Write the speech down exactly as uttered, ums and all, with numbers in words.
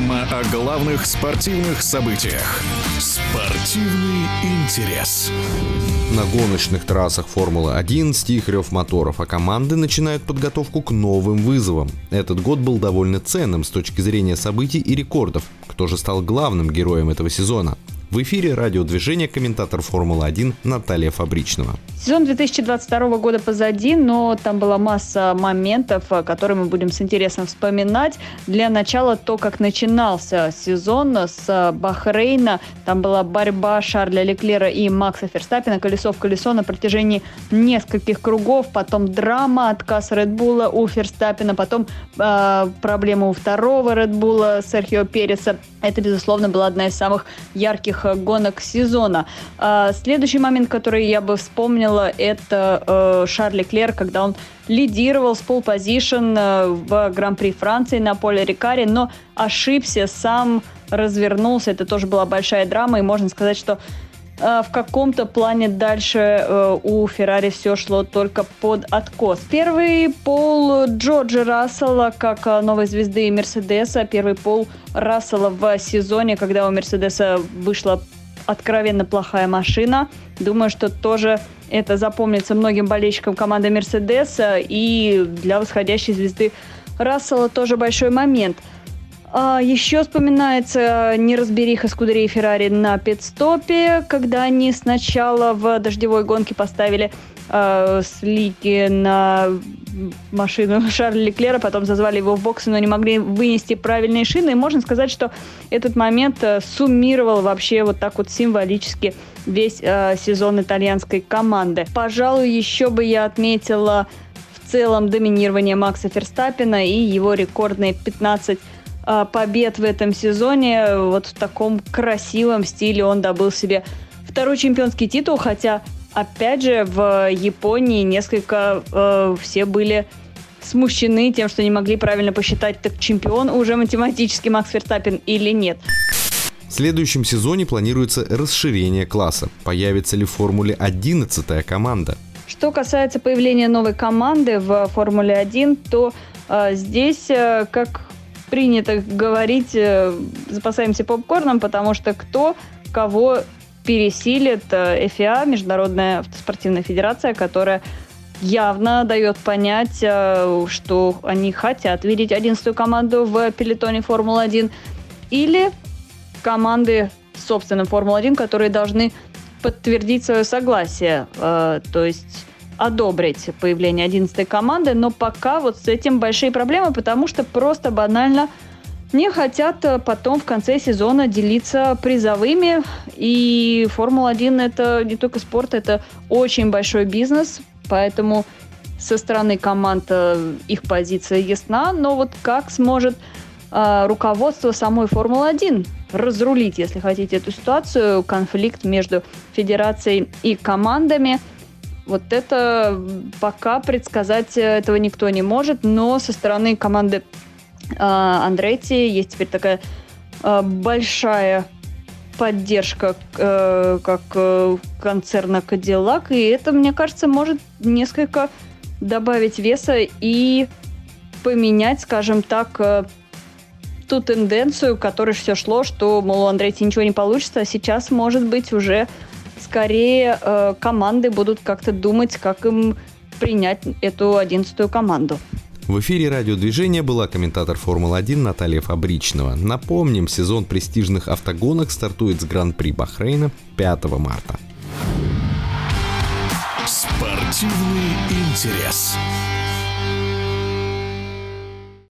Программа о главных спортивных событиях. Спортивный интерес. На гоночных трассах Формулы один стих рев моторов, а команды начинают подготовку к новым вызовам. Этот год был довольно ценным с точки зрения событий и рекордов. Кто же стал главным героем этого сезона? В эфире радиодвижения комментатор Формулы один Наталья Фабричного. Сезон две тысячи двадцать второго года позади, но там была масса моментов, которые мы будем с интересом вспоминать. Для начала то, как начинался сезон с Бахрейна. Там была борьба Шарля Леклера и Макса Ферстаппена колесо в колесо на протяжении нескольких кругов. Потом драма, отказ Редбула у Ферстаппена. Потом э, проблема у второго Редбула Серхио Переса. Это, безусловно, была одна из самых ярких гонок сезона. Э, следующий момент, который я бы вспомнила, это э, Шарль Леклер, когда он лидировал с пол-позишн э, в Гран-при Франции на Поле Рикаре, но ошибся, сам развернулся. Это тоже была большая драма, и можно сказать, что э, в каком-то плане дальше э, у Феррари все шло только под откос. Первый пол Джорджа Рассела, как э, новой звезды Мерседеса, первый пол Рассела в сезоне, когда у Мерседеса вышла откровенно плохая машина. Думаю, что тоже это запомнится многим болельщикам команды Мерседеса, и для восходящей звезды Рассела тоже большой момент. А еще вспоминается неразбериха Скудерии Феррари на пит-стопе, когда они сначала в дождевой гонке поставили э, слики на машину Шарля Леклера, потом зазвали его в боксы, но не могли вынести правильные шины. И можно сказать, что этот момент суммировал вообще вот так вот символически весь э, сезон итальянской команды. Пожалуй, еще бы я отметила в целом доминирование Макса Ферстаппена и его рекордные пятнадцать э, побед в этом сезоне. Вот в таком красивом стиле он добыл себе второй чемпионский титул, хотя опять же, в Японии несколько э, все были смущены тем, что не могли правильно посчитать, так чемпион уже математически Макс Ферстаппен или нет. В следующем сезоне планируется расширение класса. Появится ли в Формуле одиннадцатая команда? Что касается появления новой команды в Формуле один, то э, здесь, э, как принято говорить, э, запасаемся попкорном, потому что кто кого пересилит. эф и эй, Международная автоспортивная федерация, которая явно дает понять, что они хотят видеть одиннадцатую команду в пелотоне Формулы один, или команды, собственно, Формулы один, которые должны подтвердить свое согласие, то есть одобрить появление одиннадцатой команды, но пока вот с этим большие проблемы, потому что просто банально не хотят потом в конце сезона делиться призовыми. И Формула один — это не только спорт, это очень большой бизнес. Поэтому со стороны команд их позиция ясна. Но вот как сможет э, руководство самой Формулы один разрулить, если хотите, эту ситуацию, конфликт между федерацией и командами, вот это пока предсказать этого никто не может. Но со стороны команды Андретти есть теперь такая э, большая поддержка э, как э, концерна Кадиллак, и это, мне кажется, может несколько добавить веса и поменять, скажем так, э, ту тенденцию, к которой все шло, что, мол, у Андретти ничего не получится, а сейчас, может быть, уже скорее э, команды будут как-то думать, как им принять эту одиннадцатую команду. В эфире радиодвижения была комментатор Формулы один Наталья Фабричного. Напомним, сезон престижных автогонок стартует с Гран-при Бахрейна пятого марта. Спортивный интерес.